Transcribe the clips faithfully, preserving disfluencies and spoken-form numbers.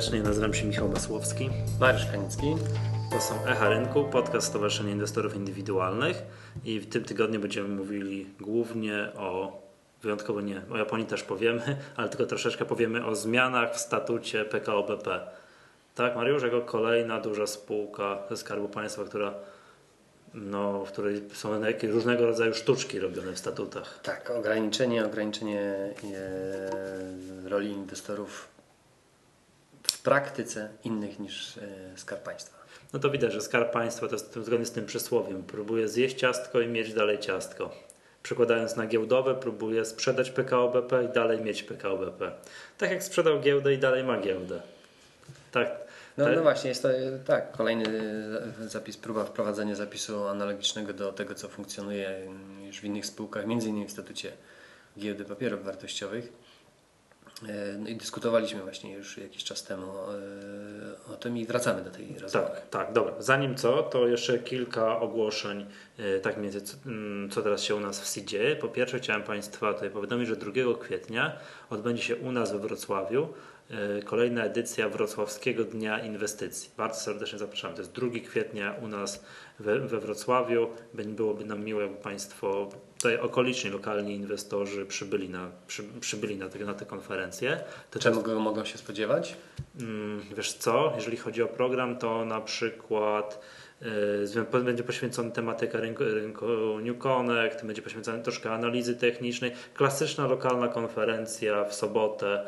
serdecznie, nazywam się Michał Masłowski. Mariusz Kanicki. To są Echa Rynku, podcast Stowarzyszenia Inwestorów Indywidualnych i w tym tygodniu będziemy mówili głównie o, wyjątkowo nie, o Japonii też powiemy, ale tylko troszeczkę powiemy o zmianach w statucie P K O B P. Tak, Mariusz, jako kolejna duża spółka ze Skarbu Państwa, która, no, w której są jakieś różnego rodzaju sztuczki robione w statutach. Tak, ograniczenie, ograniczenie e, roli inwestorów w praktyce innych niż e, Skarb Państwa. No to widać, że Skarb Państwa to jest zgodnie z tym przysłowiem. Próbuje zjeść ciastko i mieć dalej ciastko. Przekładając na giełdowe, próbuje sprzedać P K O B P i dalej mieć P K O B P. Tak jak sprzedał giełdę i dalej ma giełdę. Tak. No, tak? no właśnie, jest to tak, kolejny zapis, próba wprowadzenia zapisu analogicznego do tego, co funkcjonuje już w innych spółkach, między innymi w statucie Giełdy Papierów Wartościowych. No i dyskutowaliśmy właśnie już jakiś czas temu o tym i wracamy do tej rozmowy. Tak, tak, dobra. Zanim co, to jeszcze kilka ogłoszeń, tak mniej więcej, co teraz się u nas w S I dzieje. Po pierwsze chciałem Państwa tutaj powiadomić, że drugiego kwietnia odbędzie się u nas we Wrocławiu kolejna edycja Wrocławskiego Dnia Inwestycji. Bardzo serdecznie zapraszam. To jest drugiego kwietnia u nas we, we Wrocławiu. Byłoby nam miło, jakby Państwo, tutaj okoliczni, lokalni inwestorzy przybyli na, przy, przybyli na, te, na tę konferencję. To Czego jest, mogą się spodziewać? Wiesz co, jeżeli chodzi o program, to na przykład yy, będzie poświęcony tematyka rynku, rynku New Connect, będzie poświęcony troszkę analizy technicznej. Klasyczna lokalna konferencja w sobotę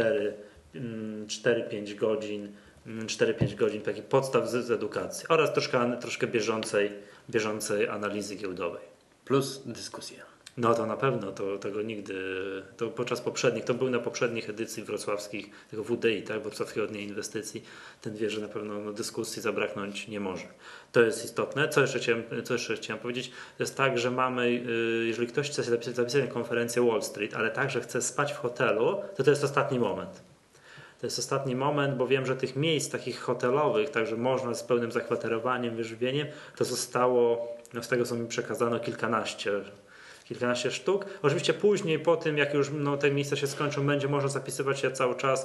cztery pięć godzin, cztery pięć godzin takich podstaw z, z edukacji oraz troszkę, troszkę bieżącej, bieżącej analizy giełdowej. Plus dyskusja. No to na pewno, to tego nigdy, to podczas poprzednich, to był na poprzednich edycji wrocławskich, tego W D I, tak, Wrocławskiego Dnia Inwestycji, ten wie, że na pewno no, dyskusji zabraknąć nie może. To jest istotne. Co jeszcze chciałem, co jeszcze chciałem powiedzieć, to jest tak, że mamy, jeżeli ktoś chce się zapisać, zapisać na konferencję Wall Street, ale także chce spać w hotelu, to to jest ostatni moment. To jest ostatni moment, bo wiem, że tych miejsc takich hotelowych, także można z pełnym zakwaterowaniem, wyżywieniem, to zostało, no z tego co mi przekazano, kilkanaście kilkanaście sztuk. Oczywiście później, po tym jak już no, te miejsca się skończą, będzie można zapisywać się cały czas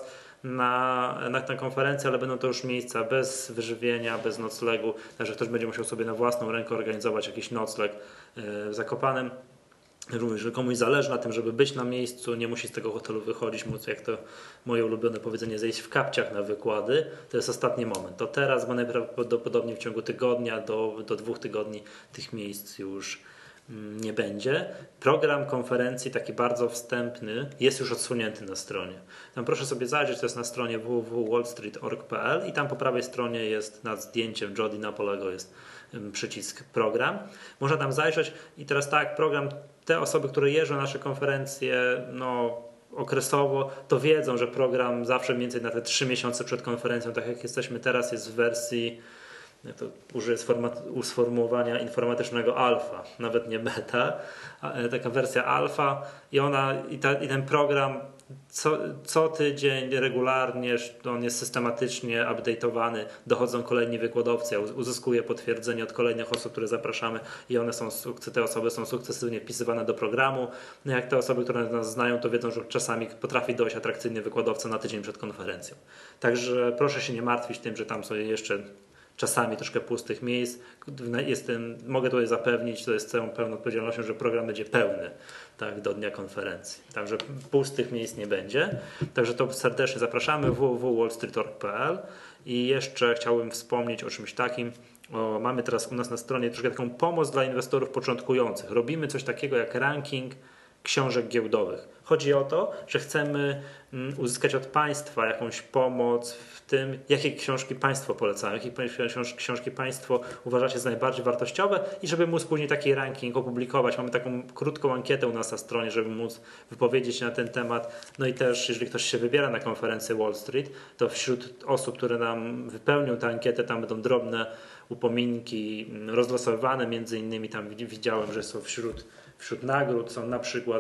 na, na tę konferencję, ale będą to już miejsca bez wyżywienia, bez noclegu, także ktoś będzie musiał sobie na własną rękę organizować jakiś nocleg w Zakopanem. Również, że komuś zależy na tym, żeby być na miejscu, nie musi z tego hotelu wychodzić, móc, jak to moje ulubione powiedzenie, zejść w kapciach na wykłady, to jest ostatni moment. To teraz, bo najprawdopodobniej w ciągu tygodnia do, do dwóch tygodni tych miejsc już nie będzie. Program konferencji, taki bardzo wstępny, jest już odsunięty na stronie. Tam proszę sobie zajrzeć, to jest na stronie w w w kropka wall street kropka org kropka p l i tam po prawej stronie jest nad zdjęciem Jody Napolego jest przycisk program. Można tam zajrzeć i teraz tak, program, te osoby, które jeżdżą na nasze konferencje, no okresowo, to wiedzą, że program zawsze mniej więcej na te trzy miesiące przed konferencją, tak jak jesteśmy teraz, jest w wersji, to użyję sformułowania informatycznego alfa, nawet nie beta, taka wersja alfa i ona i, ta, i ten program co, co tydzień regularnie, on jest systematycznie update'owany, dochodzą kolejni wykładowcy, ja uzyskuję potwierdzenie od kolejnych osób, które zapraszamy i one są, te osoby są sukcesywnie wpisywane do programu. No jak te osoby, które nas znają, to wiedzą, że czasami potrafi dojść atrakcyjny wykładowca na tydzień przed konferencją. Także proszę się nie martwić tym, że tam są jeszcze czasami troszkę pustych miejsc. Jestem, mogę tutaj zapewnić, to jest całą pełną odpowiedzialnością, że program będzie pełny, tak, do dnia konferencji. Także pustych miejsc nie będzie. Także to serdecznie zapraszamy w w w kropka wall street kropka org kropka p l i jeszcze chciałbym wspomnieć o czymś takim. O, mamy teraz u nas na stronie troszkę taką pomoc dla inwestorów początkujących. Robimy coś takiego jak ranking książek giełdowych. Chodzi o to, że chcemy uzyskać od Państwa jakąś pomoc w tym, jakie książki Państwo polecają, jakie książki Państwo uważacie za najbardziej wartościowe i żeby móc później taki ranking opublikować. Mamy taką krótką ankietę u nas na stronie, żeby móc wypowiedzieć się na ten temat. No i też, jeżeli ktoś się wybiera na konferencję Wall Street, to wśród osób, które nam wypełnią tę ankietę, tam będą drobne upominki rozlosowywane, między innymi tam widziałem, że są wśród Wśród nagród są na przykład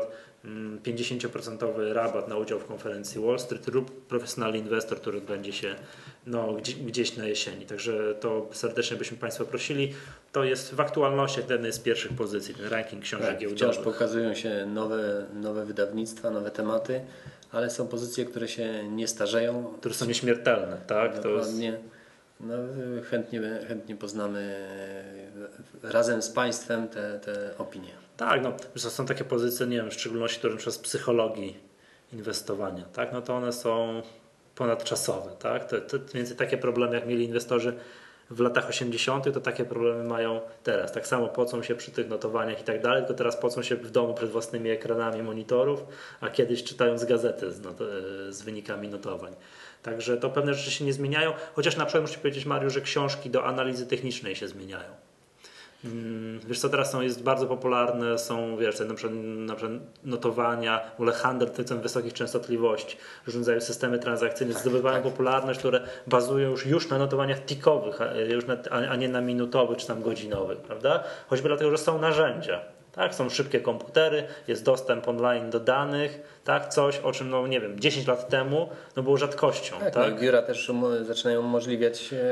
pięćdziesiąt procent rabat na udział w konferencji Wall Street lub profesjonalny inwestor, który odbędzie się no, gdzieś na jesieni. Także to serdecznie byśmy Państwa prosili. To jest w aktualności jednej z pierwszych pozycji, ten ranking książek tak, giełdowych. Wciąż pokazują się nowe, nowe wydawnictwa, nowe tematy, ale są pozycje, które się nie starzeją. Które są nieśmiertelne, tak? Dokładnie. To jest... No, chętnie, chętnie poznamy razem z Państwem te, te opinie. Tak, no, że są takie pozycje, nie wiem, w szczególności, które przez psychologii inwestowania, tak? No to one są ponadczasowe, tak? To, to między takie problemy, jak mieli inwestorzy w latach osiemdziesiątych, to takie problemy mają teraz. Tak samo pocą się przy tych notowaniach i tak dalej, tylko teraz pocą się w domu przed własnymi ekranami monitorów, a kiedyś czytając gazety z, not- z wynikami notowań. Także to pewne rzeczy się nie zmieniają, chociaż na przykład muszę powiedzieć, Mariusz, że książki do analizy technicznej się zmieniają. Wiesz co, teraz są, jest bardzo popularne, są wiesz, na przykład, na przykład notowania, w ogóle handel tytułem wysokich częstotliwości, różne rodzaje systemy transakcyjne tak, zdobywają tak. popularność, które bazują już, już na notowaniach tikowych, a, już na, a nie na minutowych czy tam godzinowych, prawda? Choćby dlatego, że są narzędzia. Tak, są szybkie komputery, jest dostęp online do danych, tak, coś o czym, no nie wiem, dziesięć lat temu no było rzadkością. Tak, tak? No i biura też zaczynają umożliwiać e,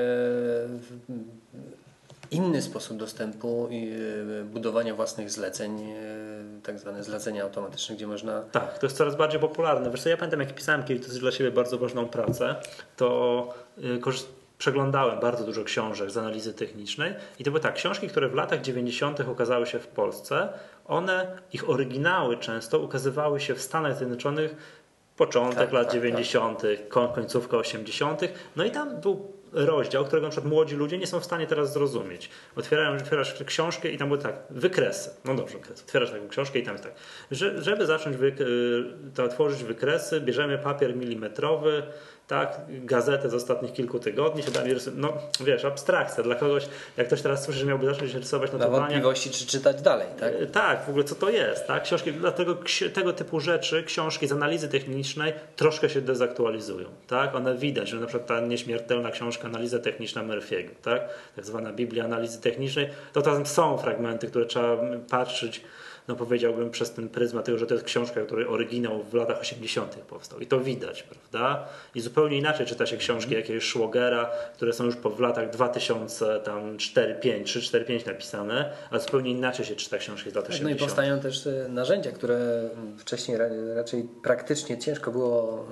inny sposób dostępu i e, budowania własnych zleceń, e, tak zwane zlecenia automatyczne, gdzie można... Tak, to jest coraz bardziej popularne. Wiesz co, ja pamiętam, jak pisałem kiedyś dla siebie bardzo ważną pracę, to yy, korzystałem przeglądałem bardzo dużo książek z analizy technicznej i to były tak, książki, które w latach dziewięćdziesiątych ukazały się w Polsce, one, ich oryginały często ukazywały się w Stanach Zjednoczonych początek tak, lat tak, dziewięćdziesiątych, tak. końcówka osiemdziesiątych. No i tam był rozdział, którego na przykład młodzi ludzie nie są w stanie teraz zrozumieć. Otwierają, otwierasz książkę i tam były tak, wykresy. No dobrze, otwierasz taką książkę i tam jest tak, że, żeby zacząć wy, to otworzyć wykresy, bierzemy papier milimetrowy, tak, gazetę z ostatnich kilku tygodni, no wiesz, abstrakcja dla kogoś, jak ktoś teraz słyszy, że miałby zacząć rysować notowania. Na wątpliwości, czy czytać dalej, tak? Tak, w ogóle co to jest, tak? Książki, dlatego tego typu rzeczy, książki z analizy technicznej troszkę się dezaktualizują, tak? One widać, że na przykład ta nieśmiertelna książka Analiza techniczna Murphy'ego, tak? Tak zwana Biblia analizy technicznej, to tam są fragmenty, które trzeba patrzeć, no powiedziałbym przez ten pryzmat tego, że to jest książka, której oryginał w latach osiemdziesiątych powstał. I to widać, prawda? I zupełnie inaczej czyta się książki jakiegoś Szwogera, które są już po, w latach dwa tysiące cztery pięć, trzy cztery pięć napisane, a zupełnie inaczej się czyta książki z lat osiemdziesiątych. No i powstają też narzędzia, które wcześniej raczej praktycznie ciężko było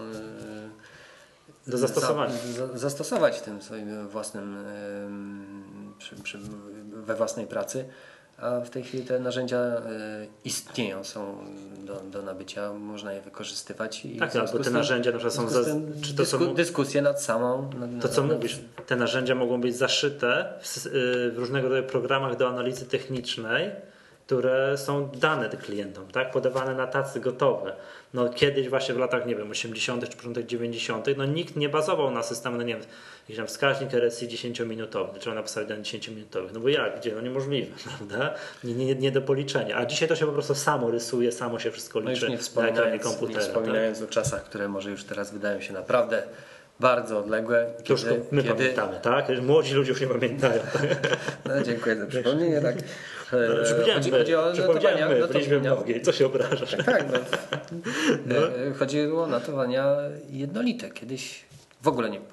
do zastosowania. Za, za, zastosować w tym swoim własnym przy, przy, we własnej pracy. A w tej chwili te narzędzia istnieją, są do, do nabycia, można je wykorzystywać. I tak, albo te tym, narzędzia na przykład są za, czy to dysku, są, dyskusje nad samą... Nad, to co nad, mówisz, te narzędzia mogą być zaszyte w, w różnego rodzaju programach do analizy technicznej, które są dane klientom, tak? Podawane na tacy gotowe. No kiedyś właśnie w latach, nie wiem, osiemdziesiątych czy początek dziewięćdziesiątych no nikt nie bazował na systemie, no nie wiem, jakiś tam wskaźnik R S I dziesięciominutowy, trzeba napisać na dziesięciominutowych. No bo jak? Gdzie? No niemożliwe, prawda? Nie, nie, nie do policzenia. A dzisiaj to się po prostu samo rysuje, samo się wszystko liczy no na ekranie komputera. Nie wspominając tak? o czasach, które może już teraz wydają się naprawdę bardzo odległe. To już my kiedy... pamiętamy, tak? Młodzi ludzie już nie pamiętają. No, dziękuję za przypomnienie, tak. No, chodzi, chodzi o notowania. My, notowania. Co się obrażasz? Tak, tak no. No. Chodziło o notowania jednolite. Kiedyś w ogóle nie.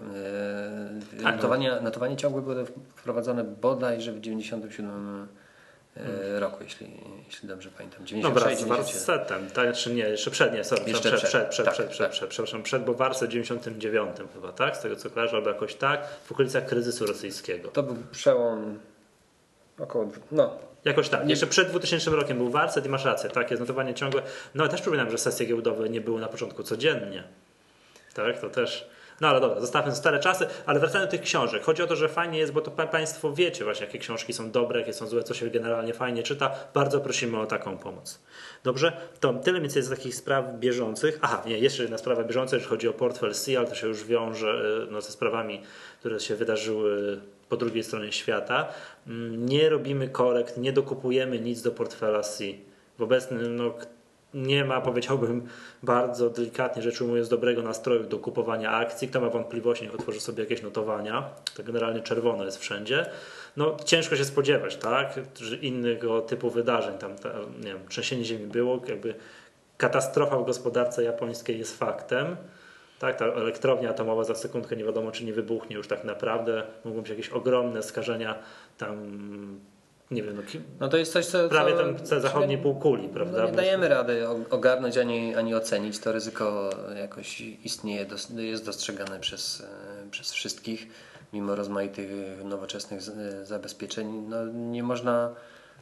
Tak, notowania, no. Notowanie ciągłe były wprowadzone bodajże w dziewięćdziesiątym siódmym hmm. roku, jeśli, jeśli dobrze pamiętam. dziewięćdziesiąt sześć, no wraz z Warsetem, tak, czy nie, jeszcze przed, nie, sorry, jeszcze przed, przed, przed, tak, przed, tak. przed, przed, przepraszam, przed, bo Warset w dziewięćdziesiątym dziewiątym chyba, tak, z tego co kojarzę, albo jakoś tak, w okolicach kryzysu rosyjskiego. To był przełom około, no. Jakoś tak. Jeszcze przed dwutysięcznym rokiem był Warset i masz rację, tak, jest notowanie ciągłe. No też przypominam, że sesje giełdowe nie były na początku codziennie. Tak, to też... No ale dobra, zostawmy stare czasy, ale wracając do tych książek. Chodzi o to, że fajnie jest, bo to Państwo wiecie właśnie, jakie książki są dobre, jakie są złe, co się generalnie fajnie czyta. Bardzo prosimy o taką pomoc. Dobrze? To tyle więcej z takich spraw bieżących. Aha, nie, jeszcze jedna sprawa bieżąca, jeżeli chodzi o portfel S I A L, to się już wiąże no, ze sprawami, które się wydarzyły po drugiej stronie świata. Nie robimy korekt, nie dokupujemy nic do portfela S I. W obecnym, no, nie ma, powiedziałbym bardzo delikatnie rzecz ujmując, dobrego nastroju do kupowania akcji. Kto ma wątpliwości, niech otworzy sobie jakieś notowania. To generalnie czerwono jest wszędzie. No ciężko się spodziewać, tak, że innego typu wydarzeń, tam ta, nie wiem, trzęsienie ziemi było, jakby katastrofa w gospodarce japońskiej jest faktem. Tak, ta elektrownia atomowa za sekundkę nie wiadomo, czy nie wybuchnie już tak naprawdę. Mogą być jakieś ogromne skażenia tam, nie wiem, no, no to jest coś, co, prawie co, tam w zachodniej półkuli, prawda? No nie dajemy rady ogarnąć ani, ani ocenić. To ryzyko jakoś istnieje, jest dostrzegane przez, przez wszystkich, mimo rozmaitych nowoczesnych zabezpieczeń. No nie można,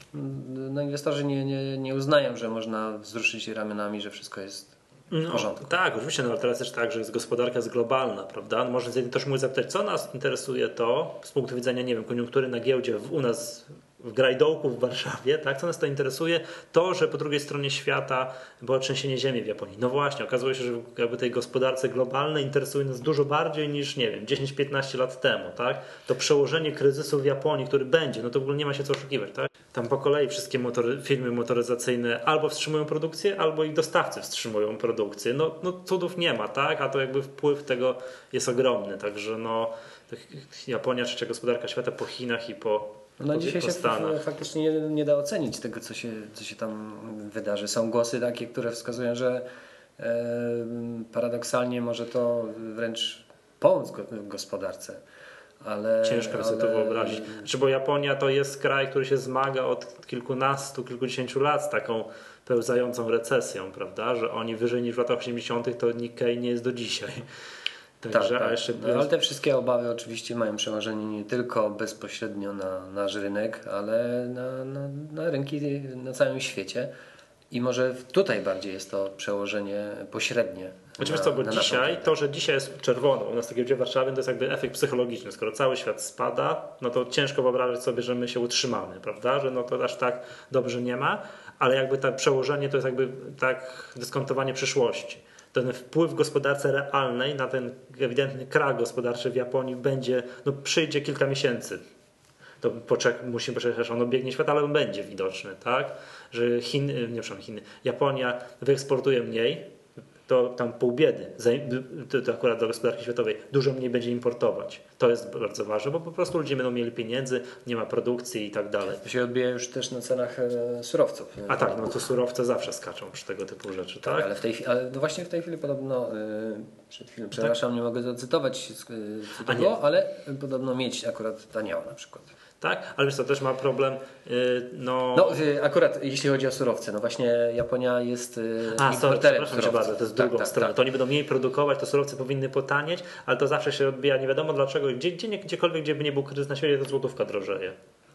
no inwestorzy nie, nie, nie uznają, że można wzruszyć ramionami, że wszystko jest w porządku. No, tak, oczywiście, no ale teraz też tak, że jest gospodarka jest globalna, prawda? No, można też mógł zapytać, co nas interesuje to z punktu widzenia, nie wiem, koniunktury na giełdzie w, u nas w Grajdołku w Warszawie, tak? Co nas to interesuje? To, że po drugiej stronie świata było trzęsienie ziemi w Japonii. No właśnie, okazuje się, że jakby tej gospodarce globalnej interesuje nas dużo bardziej niż, nie wiem, dziesięć piętnaście lat temu, tak? To przełożenie kryzysu w Japonii, który będzie, no to w ogóle nie ma się co oszukiwać, tak? Tam po kolei wszystkie motory, firmy motoryzacyjne albo wstrzymują produkcję, albo ich dostawcy wstrzymują produkcję. No, no cudów nie ma, tak? A to jakby wpływ tego jest ogromny, także no Japonia, trzecia gospodarka świata po Chinach i po No po, dzisiaj po się Stanach. Faktycznie nie, nie da ocenić tego, co się, co się tam wydarzy. Są głosy takie, które wskazują, że e, paradoksalnie może to wręcz pomóc go, gospodarce. Ale, ciężko sobie to wyobrazić. Znaczy, bo Japonia to jest kraj, który się zmaga od kilkunastu, kilkudziesięciu lat z taką pełzającą recesją, prawda? Że oni wyżej niż w latach osiemdziesiątych to Nikkei nie jest do dzisiaj. Także, tak, tak. A jeszcze... no, ale te wszystkie obawy oczywiście mają przełożenie nie tylko bezpośrednio na nasz rynek, ale na, na, na rynki na całym świecie. I może tutaj bardziej jest to przełożenie pośrednie. Oczywiście co, bo dzisiaj, to, że dzisiaj jest czerwono u nas na giełdzie w Warszawie, to jest jakby efekt psychologiczny. Skoro cały świat spada, no to ciężko wyobrazić sobie, że my się utrzymamy, prawda? Że no to aż tak dobrze nie ma, ale jakby to przełożenie to jest jakby tak dyskontowanie przyszłości. Ten wpływ w gospodarce realnej na ten ewidentny krach gospodarczy w Japonii będzie, no przyjdzie kilka miesięcy. To poczek, musimy poczekać, aż on obiegnie świat, ale on będzie widoczny, tak? Że Chiny, nie przepraszam, Chiny, Japonia wyeksportuje mniej, to tam pół biedy, to, to akurat do gospodarki światowej, dużo mniej będzie importować. To jest bardzo ważne, bo po prostu ludzie będą mieli pieniędzy, nie ma produkcji i tak dalej. To się odbija już też na cenach e, surowców. A tak, no to surowce zawsze skaczą przy tego typu rzeczy, tak? tak? Ale, w tej, ale no właśnie w tej chwili podobno, e, przed chwilą, przepraszam, tak? Nie mogę zacytować co to było, ale podobno miedź akurat taniała na przykład. Tak, ale wiesz co, też ma problem, yy, no... No akurat jeśli chodzi o surowce, no właśnie Japonia jest yy, A, importerem przepraszam cię bardzo, to jest drugą tak, stronę. Tak, tak. To oni będą mniej produkować, to surowce powinny potanieć, ale to zawsze się odbija, nie wiadomo dlaczego, gdzie, gdzie, gdziekolwiek, gdzie by nie był kryzys na świecie, to złotówka drożeje.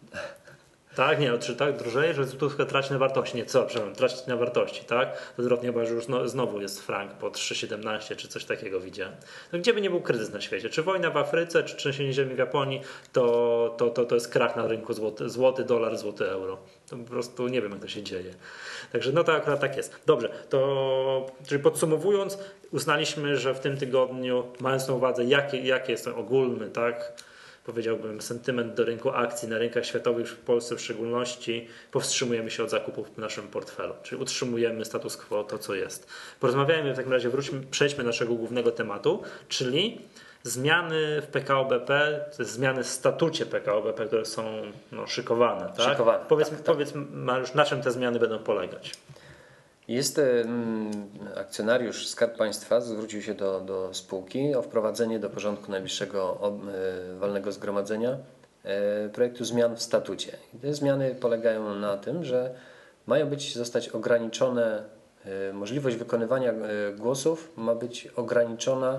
Tak, nie, czy tak drożeje, że złotówka traci na wartości, nie, co, przepraszam, traci na wartości, tak? To zwrotnie, bo że już no, znowu jest frank po trzy siedemnaście czy coś takiego widziałem. No, gdzie by nie był kryzys na świecie, czy wojna w Afryce, czy trzęsienie ziemi w Japonii, to, to, to, to jest krach na rynku złoty, złoty dolar, złoty euro. To po prostu nie wiem, jak to się dzieje. Także no to akurat tak jest. Dobrze, to czyli podsumowując, uznaliśmy, że w tym tygodniu, mając na uwadze, jakie, jakie jest ten ogólny, tak, powiedziałbym, sentyment do rynku akcji na rynkach światowych, w Polsce w szczególności, powstrzymujemy się od zakupów w naszym portfelu, czyli utrzymujemy status quo, to co jest. Porozmawiajmy w takim razie, wróćmy, przejdźmy do naszego głównego tematu, czyli zmiany w P K O B P, to jest zmiany w statucie P K O B P, które są no, szykowane. Tak? Szykowane. Powiedz, tak, powiedz tak. Mariusz, na czym te zmiany będą polegać? Jest um, akcjonariusz Skarb Państwa zwrócił się do, do spółki o wprowadzenie do porządku najbliższego ob, e, walnego zgromadzenia e, projektu zmian w statucie. I te zmiany polegają na tym, że mają być zostać ograniczone, e, możliwość wykonywania e, głosów ma być ograniczona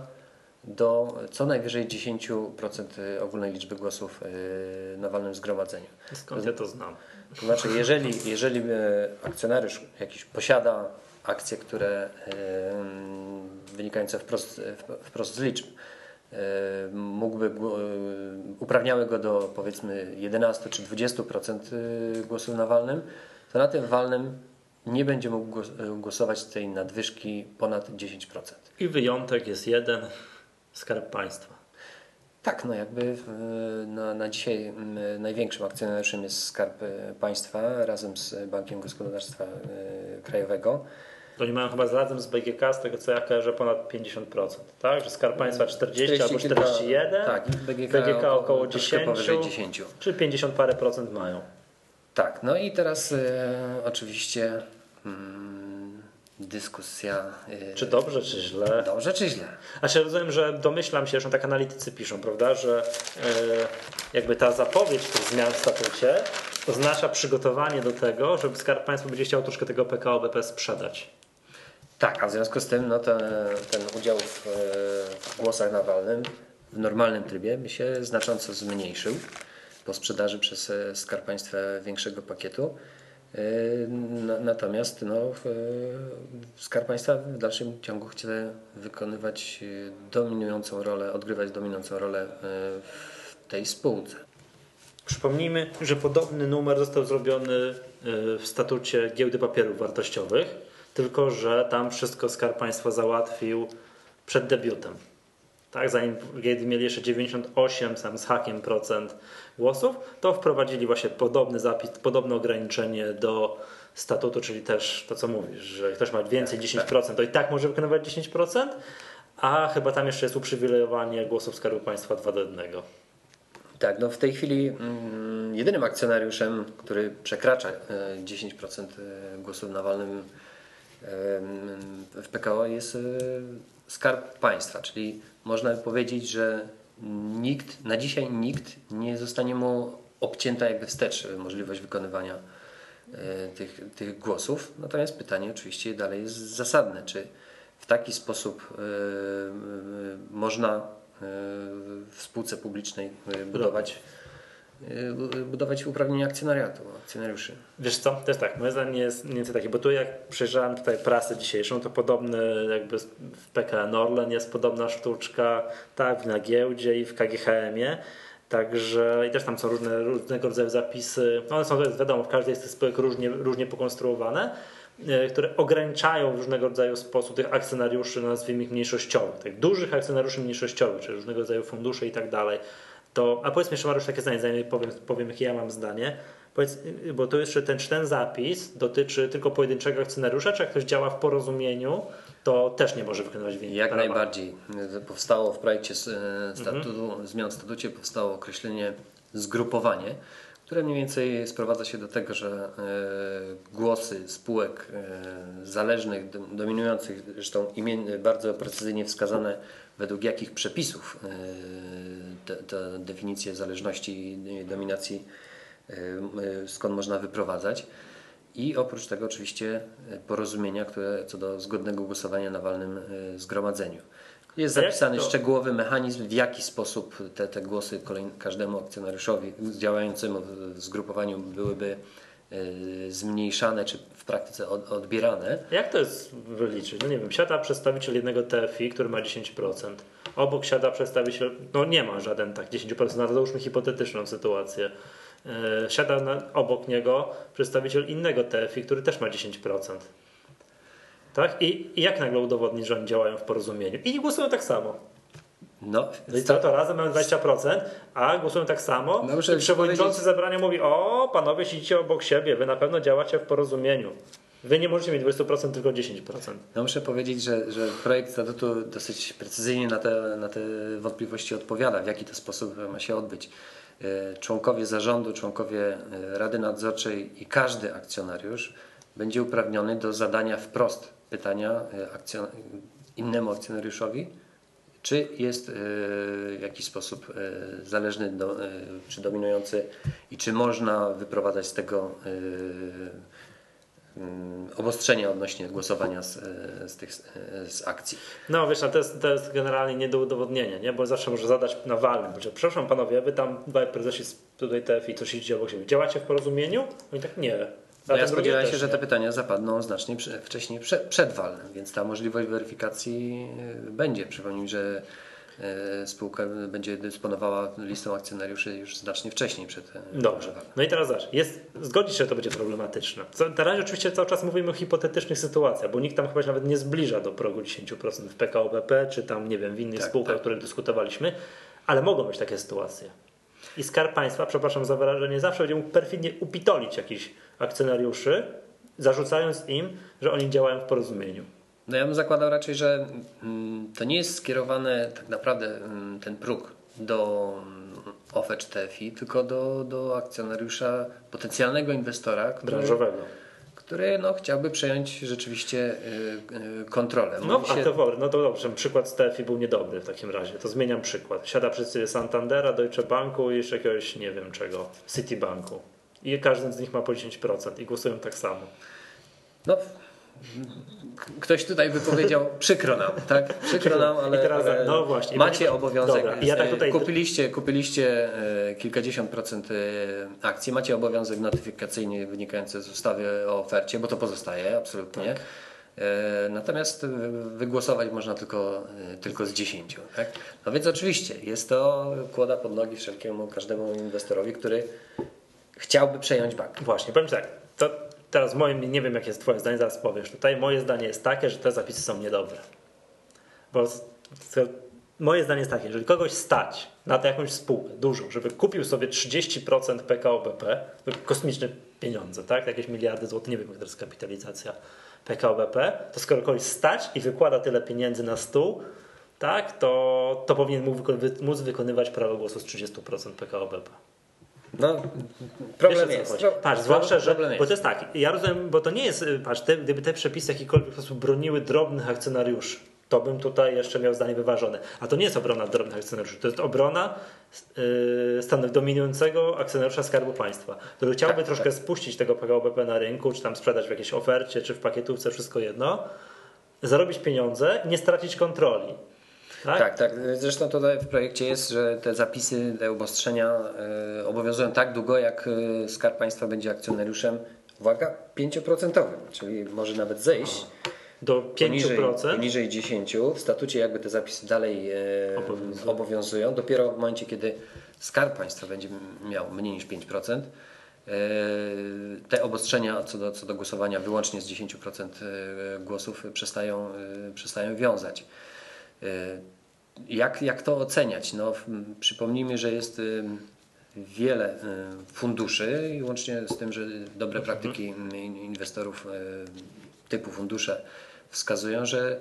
do co najwyżej dziesięć procent ogólnej liczby głosów e, na walnym zgromadzeniu. Skąd ja to znam? To znaczy, jeżeli, jeżeli akcjonariusz jakiś posiada akcje, które wynikające wprost, wprost z liczb mógłby, uprawniały go do powiedzmy jedenaście czy dwadzieścia procent głosów na walnym, to na tym walnym nie będzie mógł głosować tej nadwyżki ponad dziesięć procent. I wyjątek jest jeden, Skarb Państwa. Tak, no jakby na, na dzisiaj największym akcjonariuszem jest Skarb Państwa razem z Bankiem Gospodarstwa Krajowego. Oni mają chyba razem z B G K, z tego co ja kojarzę, ponad pięćdziesiąt procent, tak? Że Skarb Państwa czterdzieści albo czterdzieści jeden, tak, B G K, B G K około dziesięć, dziesięć, czy pięćdziesiąt parę procent mają. Tak, no i teraz e, oczywiście mm, dyskusja. Czy dobrze, czy źle? Dobrze, czy źle? Znaczy rozumiem, że domyślam się, że tak analitycy piszą, prawda, że jakby ta zapowiedź tych zmian w statucie oznacza przygotowanie do tego, żeby Skarb Państwa będzie chciał troszkę tego P K O B P sprzedać. Tak, a w związku z tym no, ten, ten udział w, w głosach na walnym w normalnym trybie by się znacząco zmniejszył po sprzedaży przez Skarb Państwa większego pakietu. Natomiast no, Skarb Państwa w dalszym ciągu chce wykonywać dominującą rolę, odgrywać dominującą rolę w tej spółce. Przypomnijmy, że podobny numer został zrobiony w statucie Giełdy Papierów Wartościowych, tylko że tam wszystko Skarb Państwa załatwił przed debiutem. Tak, zanim giełdy mieli jeszcze dziewięćdziesiąt osiem sam z hakiem procent głosów, to wprowadzili właśnie podobny zapis, podobne ograniczenie do statutu, czyli też to, co mówisz, że ktoś ma więcej dziesięć procent, to i tak może wykonywać dziesięć procent, a chyba tam jeszcze jest uprzywilejowanie głosów Skarbu Państwa dwa do jednego. Tak, no w tej chwili mm, jedynym akcjonariuszem, który przekracza e, dziesięć procent głosów na walnym e, w P K O jest e, Skarb Państwa, czyli można by powiedzieć, że nikt, na dzisiaj nikt nie zostanie mu obcięta jakby wstecz możliwość wykonywania e, tych, tych głosów. Natomiast pytanie oczywiście dalej jest zasadne, czy w taki sposób e, e, można w spółce publicznej budować, budować uprawnienia akcjonariatu, akcjonariuszy. Wiesz co, to jest tak, moje zdanie jest mniej więcej takie, bo tu jak przejrzałem tutaj prasę dzisiejszą, to podobny jakby w P K N Orlen jest podobna sztuczka, tak, na giełdzie i w K G H M-ie, także i też tam są różne, różnego rodzaju zapisy, one są, to jest wiadomo, w każdej z tych spółek różnie, różnie pokonstruowane, które ograniczają w różnego rodzaju sposób tych akcjonariuszy, nazwijmy ich mniejszościowych, tych dużych akcjonariuszy mniejszościowych, czyli różnego rodzaju fundusze i tak dalej. To, a powiedz mi jeszcze, Mariusz, takie zdanie, zanim powiem, powiem jakie ja mam zdanie, powiedz, bo to jeszcze ten, czy ten zapis dotyczy tylko pojedynczego akcjonariusza, czy jak ktoś działa w porozumieniu, to też nie może wykonywać więcej. Jak prawa. Najbardziej. Powstało w projekcie statutu, mhm. zmian w statucie powstało określenie zgrupowanie, które mniej więcej sprowadza się do tego, że e, głosy spółek e, zależnych, dominujących, zresztą imiennie, bardzo precyzyjnie wskazane według jakich przepisów e, te, te definicje zależności i dominacji e, skąd można wyprowadzać. I oprócz tego oczywiście porozumienia, które co do zgodnego głosowania na walnym e, zgromadzeniu. Jest zapisany szczegółowy mechanizm, w jaki sposób te, te głosy kolejny, każdemu akcjonariuszowi działającemu w zgrupowaniu byłyby y, zmniejszane, czy w praktyce od, odbierane. Jak to jest wyliczyć? No nie wiem, siada przedstawiciel jednego T F I, który ma dziesięć procent. Obok siada przedstawiciel, no nie ma żaden tak dziesięć procent, no załóżmy hipotetyczną sytuację. Yy, siada na, obok niego przedstawiciel innego T F I, który też ma dziesięć procent. Tak? I, I jak nagle udowodnić, że oni działają w porozumieniu? I głosują tak samo. No, no i co, to razem mamy dwadzieścia procent, a głosują tak samo. No, I przewodniczący zebrania mówi: o, panowie siedzicie obok siebie, wy na pewno działacie w porozumieniu. Wy nie możecie mieć dwadzieścia procent, tylko dziesięć procent. No muszę powiedzieć, że, że projekt statutu dosyć precyzyjnie na te, na te wątpliwości odpowiada, w jaki to sposób ma się odbyć. Członkowie zarządu, członkowie Rady Nadzorczej i każdy akcjonariusz będzie uprawniony do zadania wprost pytania akcjon- innemu akcjonariuszowi, czy jest w jakiś sposób zależny do, czy dominujący i czy można wyprowadzać z tego obostrzenia odnośnie głosowania z, z tych z akcji. No wiesz, ale to jest, to jest generalnie nie do udowodnienia, nie? Bo zawsze może zadać na walnym, że przepraszam panowie, wy tam dwaj prezesi z tutaj T F I, co siedzicie obok siebie, działacie w porozumieniu? Oni tak nie. No ja spodziewałem się, że te pytania zapadną znacznie wcześniej, przed walnym, więc ta możliwość weryfikacji będzie. Przypomnij, że spółka będzie dysponowała listą akcjonariuszy już znacznie wcześniej przed Dobrze. walnym. No i teraz zobacz, jest, zgodzisz się, że to będzie problematyczne. Co, na razie oczywiście cały czas mówimy o hipotetycznych sytuacjach, bo nikt tam chyba się nawet nie zbliża do progu dziesięć procent w P K O B P, czy tam nie wiem, w innych tak, spółkach, tak. o których dyskutowaliśmy, ale mogą być takie sytuacje. I Skarb Państwa, przepraszam za wyrażenie, zawsze będzie mógł perfidnie upitolić jakichś akcjonariuszy, zarzucając im, że oni działają w porozumieniu. No ja bym zakładał raczej, że to nie jest skierowane tak naprawdę ten próg do O F E czy T F I, tylko do, do akcjonariusza, potencjalnego inwestora, który, branżowego. który no, chciałby przejąć rzeczywiście yy, kontrolę. No, Mówi a się... to, no to dobrze, przykład z T F I był niedobry w takim razie. To zmieniam przykład. Siada przedstawiciel Santandera, Deutsche Banku i jeszcze jakiegoś nie wiem czego, Citibanku. I każdy z nich ma po dziesięć procent i głosują tak samo. No, ktoś tutaj by powiedział, przykro nam, tak? Przykro nam, ale, I teraz, ale no właśnie, macie obowiązek. Dobra, ja tak tutaj... kupiliście, kupiliście kilkadziesiąt procent akcji, macie obowiązek notyfikacyjny wynikający z ustawy o ofercie, bo to pozostaje absolutnie. Tak. Natomiast wygłosować można tylko, tylko z dziesięciu. Tak? No więc oczywiście jest to kłoda pod nogi wszelkiemu każdemu inwestorowi, który chciałby przejąć bank. Właśnie, powiem tak, to teraz moim, nie wiem jakie jest twoje zdanie, zaraz powiesz tutaj, moje zdanie jest takie, że te zapisy są niedobre. Bo moje zdanie jest takie, jeżeli kogoś stać na tę jakąś spółkę dużą, żeby kupił sobie trzydzieści procent P K O B P, to kosmiczne pieniądze, tak? Jakieś miliardy złotych, nie wiem jak to jest kapitalizacja P K O B P, to skoro kogoś stać i wykłada tyle pieniędzy na stół, tak, to, to powinien móc wykonywać prawo głosu z trzydzieści procent P K O B P. No, problem Wiesz, jest. Pro, patrz, zwłaszcza, że, problem bo to jest tak, ja rozumiem, bo to nie jest, patrz, te, gdyby te przepisy w jakikolwiek sposób broniły drobnych akcjonariuszy, to bym tutaj jeszcze miał zdanie wyważone. A to nie jest obrona drobnych akcjonariuszy, to jest obrona yy, stanu dominującego akcjonariusza Skarbu Państwa, który chciałby tak, troszkę tak. spuścić tego P K O B P na rynku, czy tam sprzedać w jakiejś ofercie, czy w pakietówce, wszystko jedno, zarobić pieniądze, nie stracić kontroli. Tak? tak, tak. Zresztą tutaj w projekcie jest, że te zapisy, te obostrzenia y, obowiązują tak długo, jak y, Skarb Państwa będzie akcjonariuszem, uwaga, pięć procent, czyli może nawet zejść do pięć procent. Poniżej, poniżej dziesięć procent. W statucie jakby te zapisy dalej e, obowiązują. obowiązują. Dopiero w momencie, kiedy Skarb Państwa będzie miał mniej niż pięć procent, e, te obostrzenia co do, co do głosowania wyłącznie z dziesięć procent głosów przestają, e, przestają wiązać. E, jak, jak to oceniać? No, przypomnijmy, że jest e, wiele e, funduszy i łącznie z tym, że dobre praktyki inwestorów e, typu fundusze wskazują, że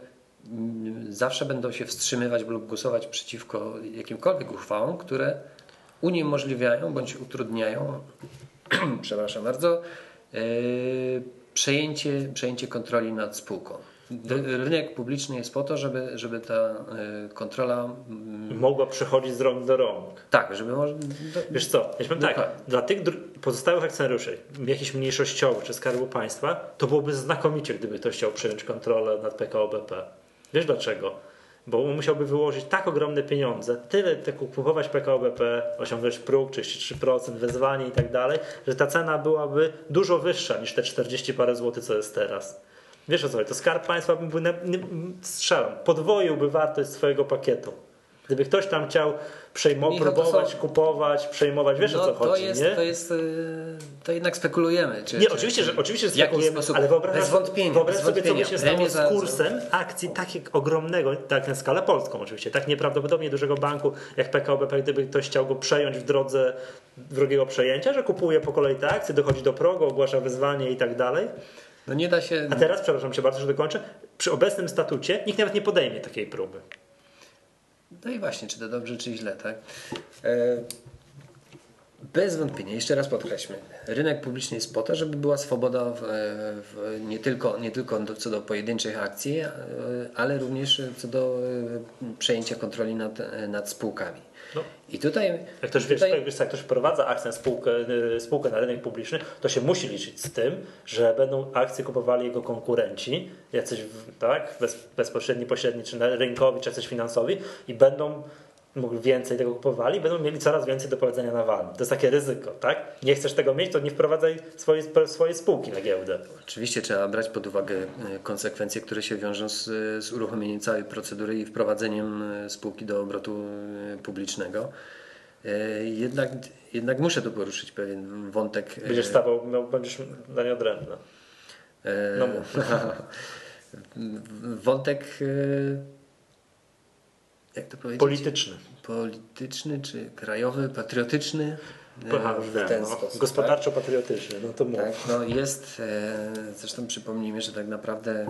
zawsze będą się wstrzymywać lub głosować przeciwko jakimkolwiek uchwałom, które uniemożliwiają bądź utrudniają przepraszam bardzo, yy, przejęcie, przejęcie kontroli nad spółką. Rynek publiczny jest po to, żeby, żeby ta kontrola mogła przechodzić z rąk do rąk. Tak, żeby może... Wiesz co, ja powiem tak, dla tych pozostałych akcjonariuszy, jakichś mniejszościowych czy Skarbu Państwa, to byłoby znakomicie, gdyby ktoś chciał przejąć kontrolę nad P K O B P. Wiesz dlaczego? Bo musiałby wyłożyć tak ogromne pieniądze, tyle kupować P K O B P, osiągnąć próg, trzydzieści trzy procent, wezwanie i tak dalej, że ta cena byłaby dużo wyższa niż te czterdzieści parę złotych, co jest teraz. Wiesz o co chodzi, to Skarb Państwa by, strzelam, podwoiłby wartość swojego pakietu. Gdyby ktoś tam chciał przejmować, próbować, są... kupować, przejmować, wiesz no, o co to chodzi, jest, nie? To jest, to jednak spekulujemy. Czy, nie, czy, oczywiście, że, oczywiście, że spekulujemy, ale wyobraź, bez wątpienia, wyobraź bez sobie, co by się stało za... z kursem akcji takiego ogromnego, tak na skalę polską oczywiście, tak nieprawdopodobnie dużego banku jak P K O B P, gdyby ktoś chciał go przejąć w drodze drugiego przejęcia, że kupuje po kolei te akcje, dochodzi do progu, ogłasza wyzwanie i tak dalej. No nie da się... A teraz, przepraszam cię bardzo, że dokończę, przy obecnym statucie nikt nawet nie podejmie takiej próby. No i właśnie, czy to dobrze, czy źle, tak? Bez wątpienia, jeszcze raz podkreślmy, rynek publiczny jest po to, żeby była swoboda w, w, nie, tylko, nie tylko co do pojedynczych akcji, ale również co do przejęcia kontroli nad, nad spółkami. No. I tutaj... Jak ktoś, tutaj... wiesz, jak ktoś wprowadza akcję spółkę, spółkę na rynek publiczny, to się musi liczyć z tym, że będą akcje kupowali jego konkurenci, jacyś tak, bez, bezpośredni, pośredni, czy rynkowi, czy jacyś finansowi i będą więcej tego kupowali, będą mieli coraz więcej do powiedzenia na walnym. To jest takie ryzyko, tak? Nie chcesz tego mieć, to nie wprowadzaj swojej, swojej spółki na giełdę. Oczywiście trzeba brać pod uwagę konsekwencje, które się wiążą z, z uruchomieniem całej procedury i wprowadzeniem spółki do obrotu publicznego. Jednak, jednak muszę tu poruszyć pewien wątek. Będziesz stawał, no, będziesz na nie odrębne. No wątek jak to powiedzieć? Polityczny. Polityczny czy krajowy, patriotyczny? Aha, w ten no, sposób, gospodarczo-patriotyczny. No to tak, no jest, zresztą przypomnijmy, że tak naprawdę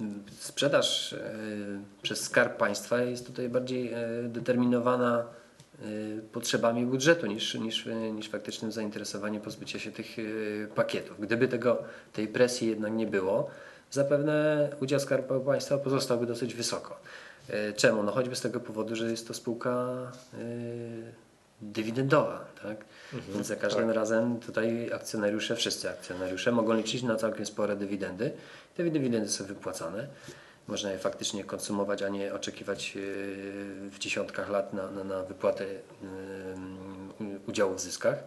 sprzedaż przez Skarb Państwa jest tutaj bardziej determinowana potrzebami budżetu niż, niż, niż faktycznym zainteresowaniem pozbycia się tych pakietów. Gdyby tego, tej presji jednak nie było, zapewne udział Skarbu Państwa pozostałby dosyć wysoko. Czemu? No choćby z tego powodu, że jest to spółka dywidendowa, tak? Mhm, więc za każdym tak. razem tutaj akcjonariusze, wszyscy akcjonariusze mogą liczyć na całkiem spore dywidendy. Te dywidendy są wypłacane. Można je faktycznie konsumować, a nie oczekiwać w dziesiątkach lat na, na, na wypłatę udziału w zyskach.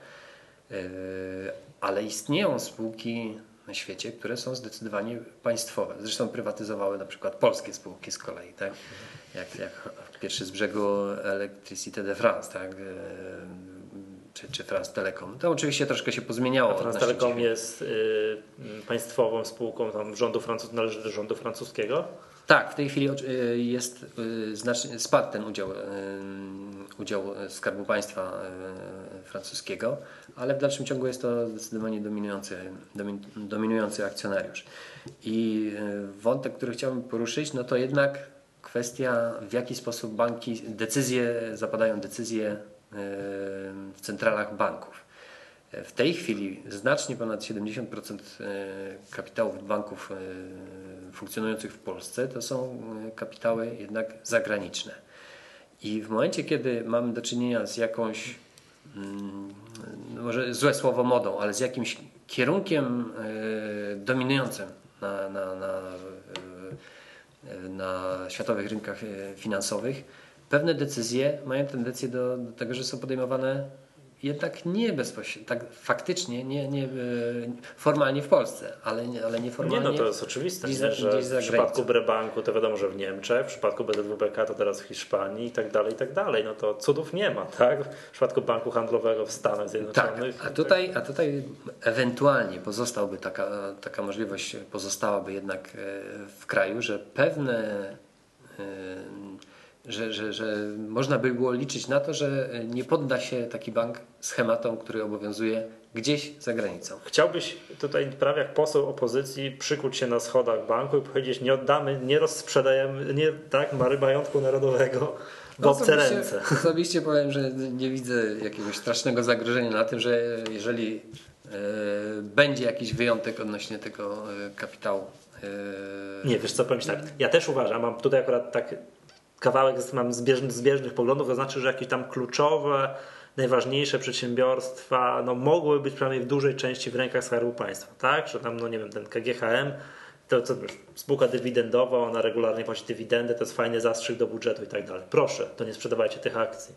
Ale istnieją spółki na świecie, które są zdecydowanie państwowe. Zresztą prywatyzowały na przykład polskie spółki z kolei, tak? Jak, jak pierwszy z brzegu Electricité de France, tak? Czy, czy France Telecom. To oczywiście troszkę się pozmieniało. France Telecom jest y, państwową spółką tam rządu francus- należy do rządu francuskiego? Tak, w tej chwili jest znacznie spadł ten udział, udział Skarbu Państwa francuskiego, ale w dalszym ciągu jest to zdecydowanie dominujący, dominujący akcjonariusz. I wątek, który chciałbym poruszyć, no to jednak kwestia, w jaki sposób banki, decyzje, zapadają decyzje w centralach banków. W tej chwili znacznie ponad siedemdziesiąt procent kapitałów banków funkcjonujących w Polsce to są kapitały jednak zagraniczne. I w momencie, kiedy mamy do czynienia z jakąś, no może złe słowo modą, ale z jakimś kierunkiem dominującym na, na, na, na światowych rynkach finansowych, pewne decyzje mają tendencję do, do tego, że są podejmowane jednak nie bezpośrednio, tak faktycznie, nie, nie formalnie w Polsce, ale, ale nie formalnie. Nie, no to jest oczywiste, gdzieś nie, za, że gdzieś za w przypadku Brebanku to wiadomo, że w Niemczech, w przypadku B Z W B K to teraz w Hiszpanii i tak dalej, i tak dalej. No to cudów nie ma, tak? W przypadku banku handlowego w Stanach Zjednoczonych. Tak, a tutaj, a tutaj ewentualnie pozostałby taka, taka możliwość, pozostałaby jednak w kraju, że pewne Że, że, że można by było liczyć na to, że nie podda się taki bank schematom, który obowiązuje gdzieś za granicą. Chciałbyś tutaj prawie jak poseł opozycji przykuć się na schodach banku i powiedzieć: nie oddamy, nie rozsprzedajemy, nie, tak, majątku narodowego w obce ręce. Osobiście powiem, że nie widzę jakiegoś strasznego zagrożenia na tym, że jeżeli e, będzie jakiś wyjątek odnośnie tego e, kapitału. E... Nie, wiesz co, powiem tak, ja też uważam, mam tutaj akurat tak kawałek mam zbieżnych, zbieżnych poglądów, to znaczy, że jakieś tam kluczowe, najważniejsze przedsiębiorstwa no, mogły być przynajmniej w dużej części w rękach Skarbu Państwa, tak? Że tam, no nie wiem, ten K G H M, to co, spółka dywidendowa, ona regularnie płaci dywidendę, to jest fajny zastrzyk do budżetu i tak dalej. Proszę, to nie sprzedawajcie tych akcji.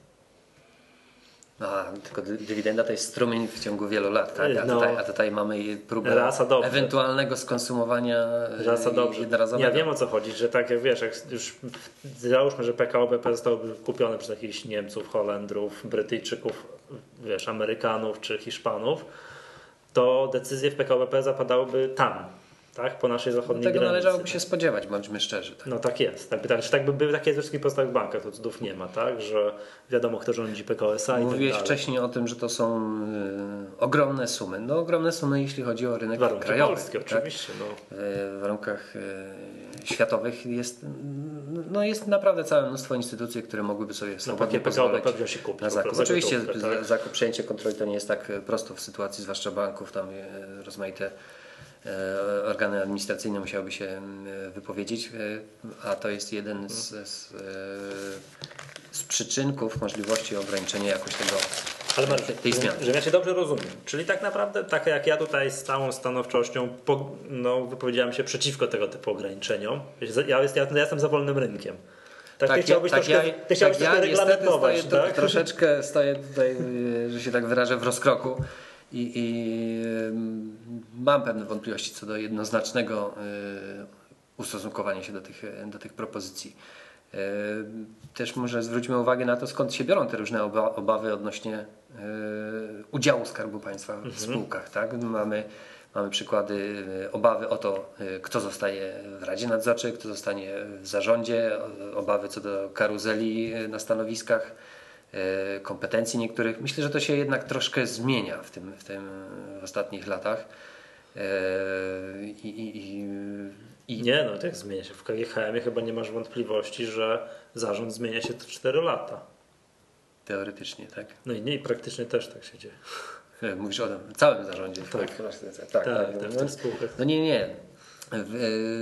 A, tylko dywidenda to jest strumień w ciągu wielu lat, tak? A, no, tutaj, a tutaj mamy próbę ewentualnego skonsumowania jednorazowego. Ja wiem, o co chodzi, że tak jak wiesz, jak już załóżmy, że P K O B P zostałoby kupione przez jakichś Niemców, Holendrów, Brytyjczyków, wiesz, Amerykanów czy Hiszpanów, to decyzje w P K O B P zapadałyby tam. Tak, po naszej zachodniej granicy. Tego należałoby się spodziewać, bądźmy szczerzy. Tak? No tak jest. Tak, tak, tak by były takie we wszystkich podstawowych bankach, to cudów nie ma, tak? Że wiadomo, kto rządzi P K O S A i Mówiłeś tak wcześniej o tym, że to są y, ogromne sumy. No ogromne sumy, jeśli chodzi o rynek warunki krajowy. Polskie, tak? oczywiście. No. Y, w warunkach y, światowych jest, no jest naprawdę całe mnóstwo instytucji, które mogłyby sobie swobodnie no, pozwolić się kupić, na zakup. Oczywiście tak? zakup, przejęcie kontroli to nie jest tak prosto w sytuacji, zwłaszcza banków, tam y, rozmaite organy administracyjne musiałyby się wypowiedzieć, a to jest jeden z, z, z przyczynków możliwości ograniczenia jakoś tego, ale Marcin, tej zmiany. Że ja Cię dobrze rozumiem. Czyli tak naprawdę, tak jak ja tutaj z całą stanowczością po, no, wypowiedziałem się przeciwko tego typu ograniczeniom. Ja, jest, ja, ja jestem za wolnym rynkiem. Tak, tak, ty chciałbyś tak, troszkę, ja, ty chciałbyś tak, troszkę ja reglamentować. Stoję, tak? Troszeczkę stoję tutaj, że się tak wyrażę, w rozkroku. I, i mam pewne wątpliwości co do jednoznacznego y, ustosunkowania się do tych, do tych propozycji. Y, też może zwróćmy uwagę na to, skąd się biorą te różne oba, obawy odnośnie y, udziału Skarbu Państwa w mhm. spółkach. Tak? Mamy, mamy przykłady y, obawy o to, y, kto zostaje w Radzie Nadzorczej, kto zostanie w zarządzie, obawy co do karuzeli na stanowiskach, kompetencji niektórych. Myślę, że to się jednak troszkę zmienia w tym, w tym w ostatnich latach. I, i, i, nie, no tak zmienia się. W K G H M-ie chyba nie masz wątpliwości, że zarząd zmienia się co cztery lata. Teoretycznie, tak? No i nie, i praktycznie też tak się dzieje. Mówisz o całym zarządzie. Tak. Tak, Tak, tak. tak, w No, tych spółkach. no nie, nie. W,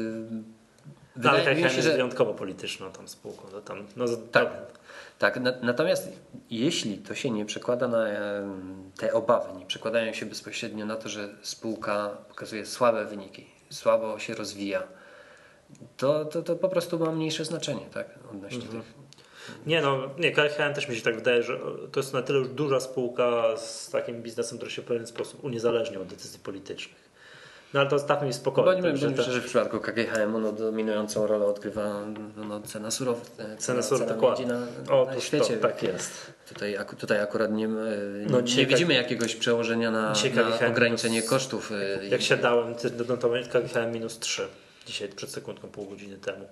No, ale wydaje mi K G H M się, jest że wyjątkowo polityczną tą spółką. No, tam, no, Tak. to- Tak, na, natomiast jeśli to się nie przekłada na em, te obawy, nie przekładają się bezpośrednio na to, że spółka pokazuje słabe wyniki, słabo się rozwija, to, to, to po prostu ma mniejsze znaczenie, tak, odnośnie Mhm. tych. Nie no, nie, K G H M też mi się tak wydaje, że to jest na tyle już duża spółka z takim biznesem, który się w pewien sposób uniezależnia od decyzji politycznych. No ale to zostawmy mi spokojnie. Bądźmy, Także bądźmy te- szczerzy, w przypadku K G H M no, dominującą rolę odgrywa no, cena surowca, cena, Cena surowca, cena dokładnie. miedzi na, Otóż na to, świecie. tak jest. Tutaj, ak- tutaj akurat nie, nie, No, nie dzisiaj widzimy tak- jakiegoś przełożenia na, dzisiaj K G H M na ograniczenie minus- kosztów. e, Jak i- się dałem, do notowania K G H M minus trzy. Dzisiaj przed sekundką, pół godziny temu.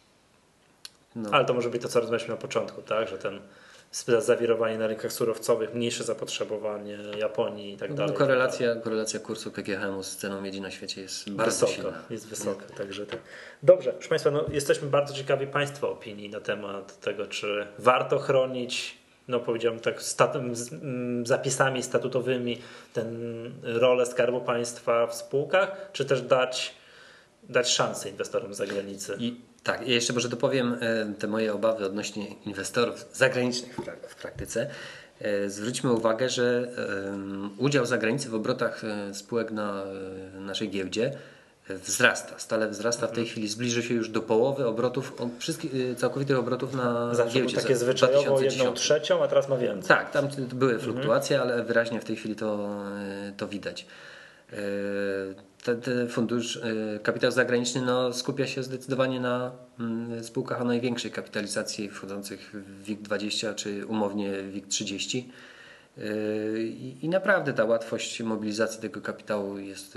no. Ale to może być to, co rozmawialiśmy na początku, tak? Że ten zawirowanie na rynkach surowcowych, mniejsze zapotrzebowanie Japonii i tak No, dalej. korelacja, korelacja kursu K G H M z ceną miedzi na świecie jest bardzo Wysoka, silna. jest wysoka, także tak. Dobrze, proszę Państwa, no, jesteśmy bardzo ciekawi Państwa opinii na temat tego, czy warto chronić, no powiedziałbym tak, stat, z, m, zapisami statutowymi tę rolę Skarbu Państwa w spółkach, czy też dać, dać szansę inwestorom z zagranicy. I tak, i jeszcze może dopowiem e, te moje obawy odnośnie inwestorów zagranicznych w, prak- w praktyce. E, Zwróćmy uwagę, że em, udział zagranicy w obrotach e, spółek na e, naszej giełdzie e, wzrasta, stale wzrasta. W tej chwili zbliży się już do połowy obrotów, o, wszystkich, e, całkowitych obrotów na Zawsze było giełdzie. takie za zwyczajowo jedną 2010. trzecią, a teraz ma więcej. Tak, tam t- były fluktuacje, ale wyraźnie w tej chwili to, e, to widać. E, Ten, ten fundusz, e, kapitał zagraniczny no, skupia się zdecydowanie na mm, spółkach o największej kapitalizacji wchodzących w WIG dwadzieścia czy umownie WIG trzydzieści. E, I, I naprawdę ta łatwość mobilizacji tego kapitału jest e,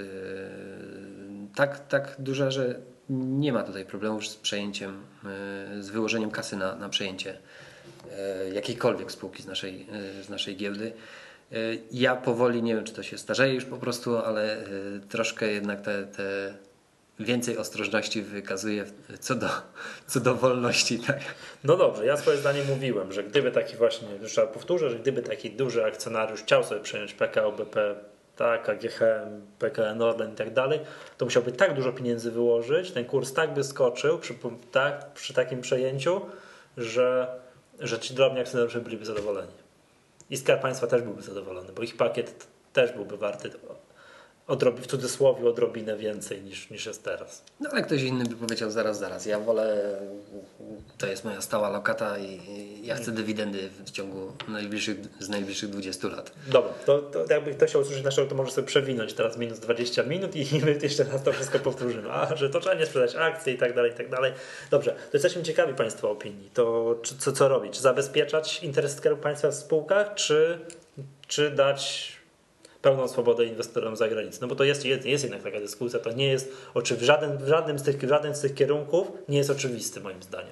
tak, tak duża, że nie ma tutaj problemów z przejęciem, e, z wyłożeniem kasy na, na przejęcie e, jakiejkolwiek spółki z naszej, e, z naszej giełdy. E, Ja powoli, nie wiem czy to się starzeje już po prostu, ale e, troszkę jednak te, te więcej ostrożności wykazuję w- co do, co do wolności. Tak? No dobrze, ja swoje zdanie mówiłem, że gdyby taki właśnie, już raz powtórzę, że gdyby taki duży akcjonariusz chciał sobie przejąć P K O B P, tak, K G H M, P K N Orlen i tak dalej, to musiałby tak dużo pieniędzy wyłożyć, ten kurs tak by skoczył przy, tak, przy takim przejęciu, że, że ci drobni akcjonariusze byliby zadowoleni. I Skarb Państwa też byłby zadowolony, bo ich pakiet też byłby warty odrobi, w cudzysłowie odrobinę więcej niż, niż jest teraz. No ale ktoś inny by powiedział zaraz, zaraz, ja wolę, to jest moja stała lokata i i ja chcę dywidendy w ciągu najbliższych, z najbliższych dwudziestu lat. Dobra, to, to jakby ktoś chciał usłyszeć naszego, to może sobie przewinąć teraz minus dwadzieścia minut i my jeszcze raz to wszystko powtórzymy. A, że to trzeba nie sprzedać akcji i tak dalej, i tak dalej. Dobrze, to jesteśmy ciekawi Państwa opinii. To czy, co, co robić? Czy zabezpieczać interes Skarbu Państwa w spółkach, czy, czy dać pełną swobodę inwestorom z zagranicy? No bo to jest, jest, jest jednak taka dyskusja, to nie jest oczywisty, żaden, w, żadnym z tych, w żaden z tych kierunków nie jest oczywisty moim zdaniem.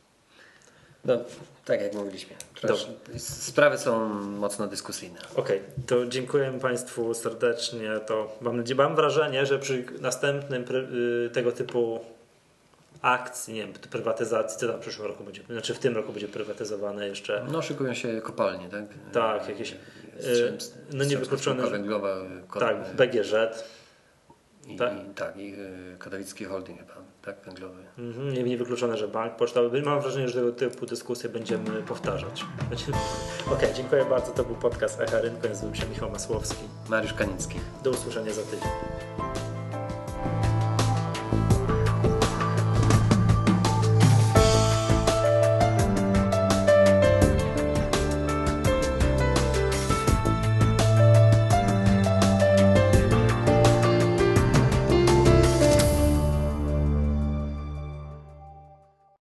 No, tak jak mówiliśmy. Proszę. Sprawy są mocno dyskusyjne. Okej, to dziękuję Państwu serdecznie. To mam, nadzieję, mam wrażenie, że przy następnym pry, y, tego typu akcji, nie wiem, prywatyzacji, co tam w przyszłym roku będzie, znaczy w tym roku będzie prywatyzowane jeszcze. No szykują się kopalnie, tak? Tak, jakieś. Strzem- No niewykluczone, spółka że- węglowa, ko- Tak, B G Z. i, tak. i, tak, i y, katowicki holding chyba, tak, węglowy. Mhm, nie- niewykluczone, że bank pocztowy. Mam wrażenie, że tego typu dyskusje będziemy powtarzać. Okej, dziękuję bardzo. To był podcast Echa Rynku. Nazywam się Michał Masłowski. Mariusz Kanicki. Do usłyszenia za tydzień.